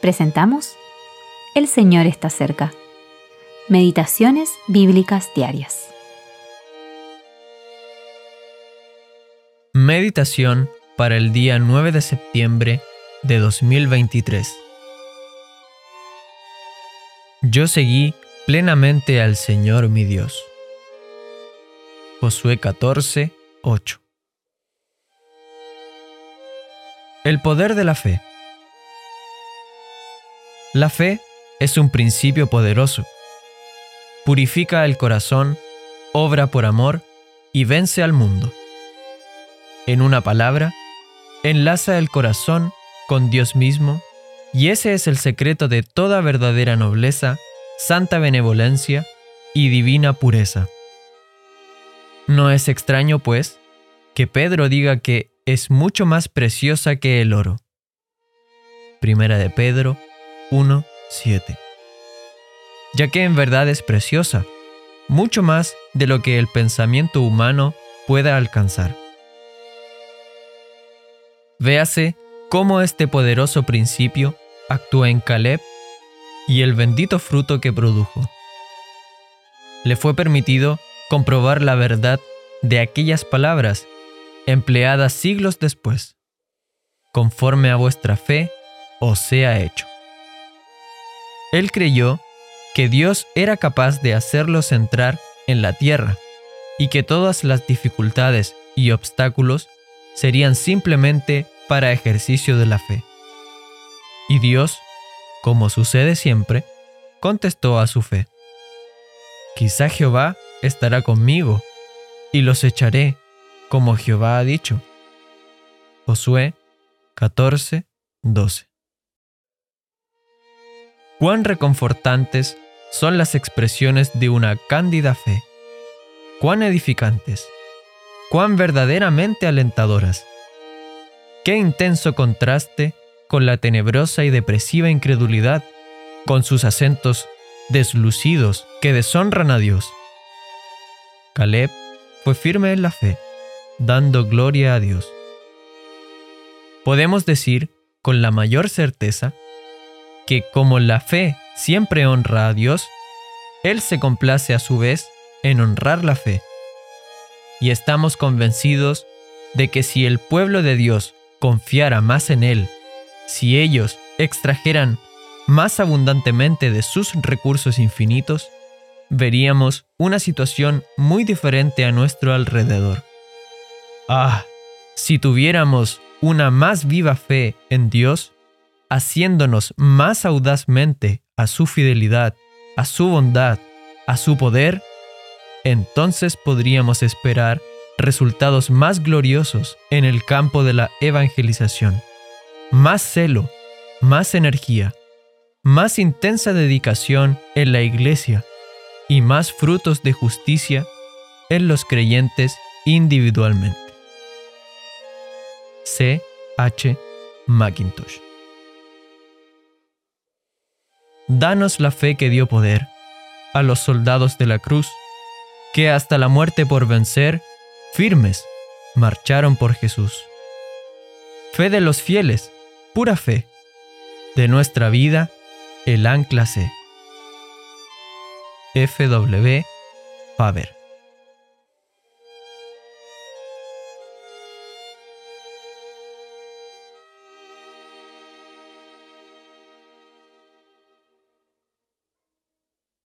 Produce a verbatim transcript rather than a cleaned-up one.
presentamos El Señor está cerca. Meditaciones bíblicas diarias. Meditación para el día nueve de septiembre de dos mil veintitrés. Yo seguí plenamente al Señor mi Dios. Josué catorce, ocho. El poder de la fe. La fe es un principio poderoso. Purifica el corazón, obra por amor y vence al mundo. En una palabra, enlaza el corazón con Dios mismo, y ese es el secreto de toda verdadera nobleza, santa benevolencia y divina pureza. No es extraño, pues, que Pedro diga que es mucho más preciosa que el oro. Primera de Pedro uno, siete. Ya que en verdad es preciosa, mucho más de lo que el pensamiento humano pueda alcanzar. Véase cómo este poderoso principio actúa en Caleb y el bendito fruto que produjo. Le fue permitido comprobar la verdad de aquellas palabras empleadas siglos después. Conforme a vuestra fe os sea hecho. Él creyó que Dios era capaz de hacerlos entrar en la tierra y que todas las dificultades y obstáculos serían simplemente para ejercicio de la fe. Y Dios, como sucede siempre, contestó a su fe. Quizá Jehová estará conmigo y los echaré, como Jehová ha dicho. Josué catorce, doce. Cuán reconfortantes son las expresiones de una cándida fe, cuán edificantes, cuán verdaderamente alentadoras. Qué intenso contraste con la tenebrosa y depresiva incredulidad, con sus acentos deslucidos que deshonran a Dios. Caleb fue firme en la fe, dando gloria a Dios. Podemos decir con la mayor certeza que como la fe siempre honra a Dios, Él se complace a su vez en honrar la fe. Y estamos convencidos de que si el pueblo de Dios confiara más en Él, si ellos extrajeran más abundantemente de sus recursos infinitos, veríamos una situación muy diferente a nuestro alrededor. Ah, si tuviéramos una más viva fe en Dios, haciéndonos más audazmente a su fidelidad, a su bondad, a su poder, entonces podríamos esperar resultados más gloriosos en el campo de la evangelización, más celo, más energía, más intensa dedicación en la iglesia y más frutos de justicia en los creyentes individualmente. C. H. Mackintosh. Danos la fe que dio poder a los soldados de la cruz, que hasta la muerte por vencer, firmes, marcharon por Jesús. Fe de los fieles, pura fe. De nuestra vida, el ancla sé. F W Faber.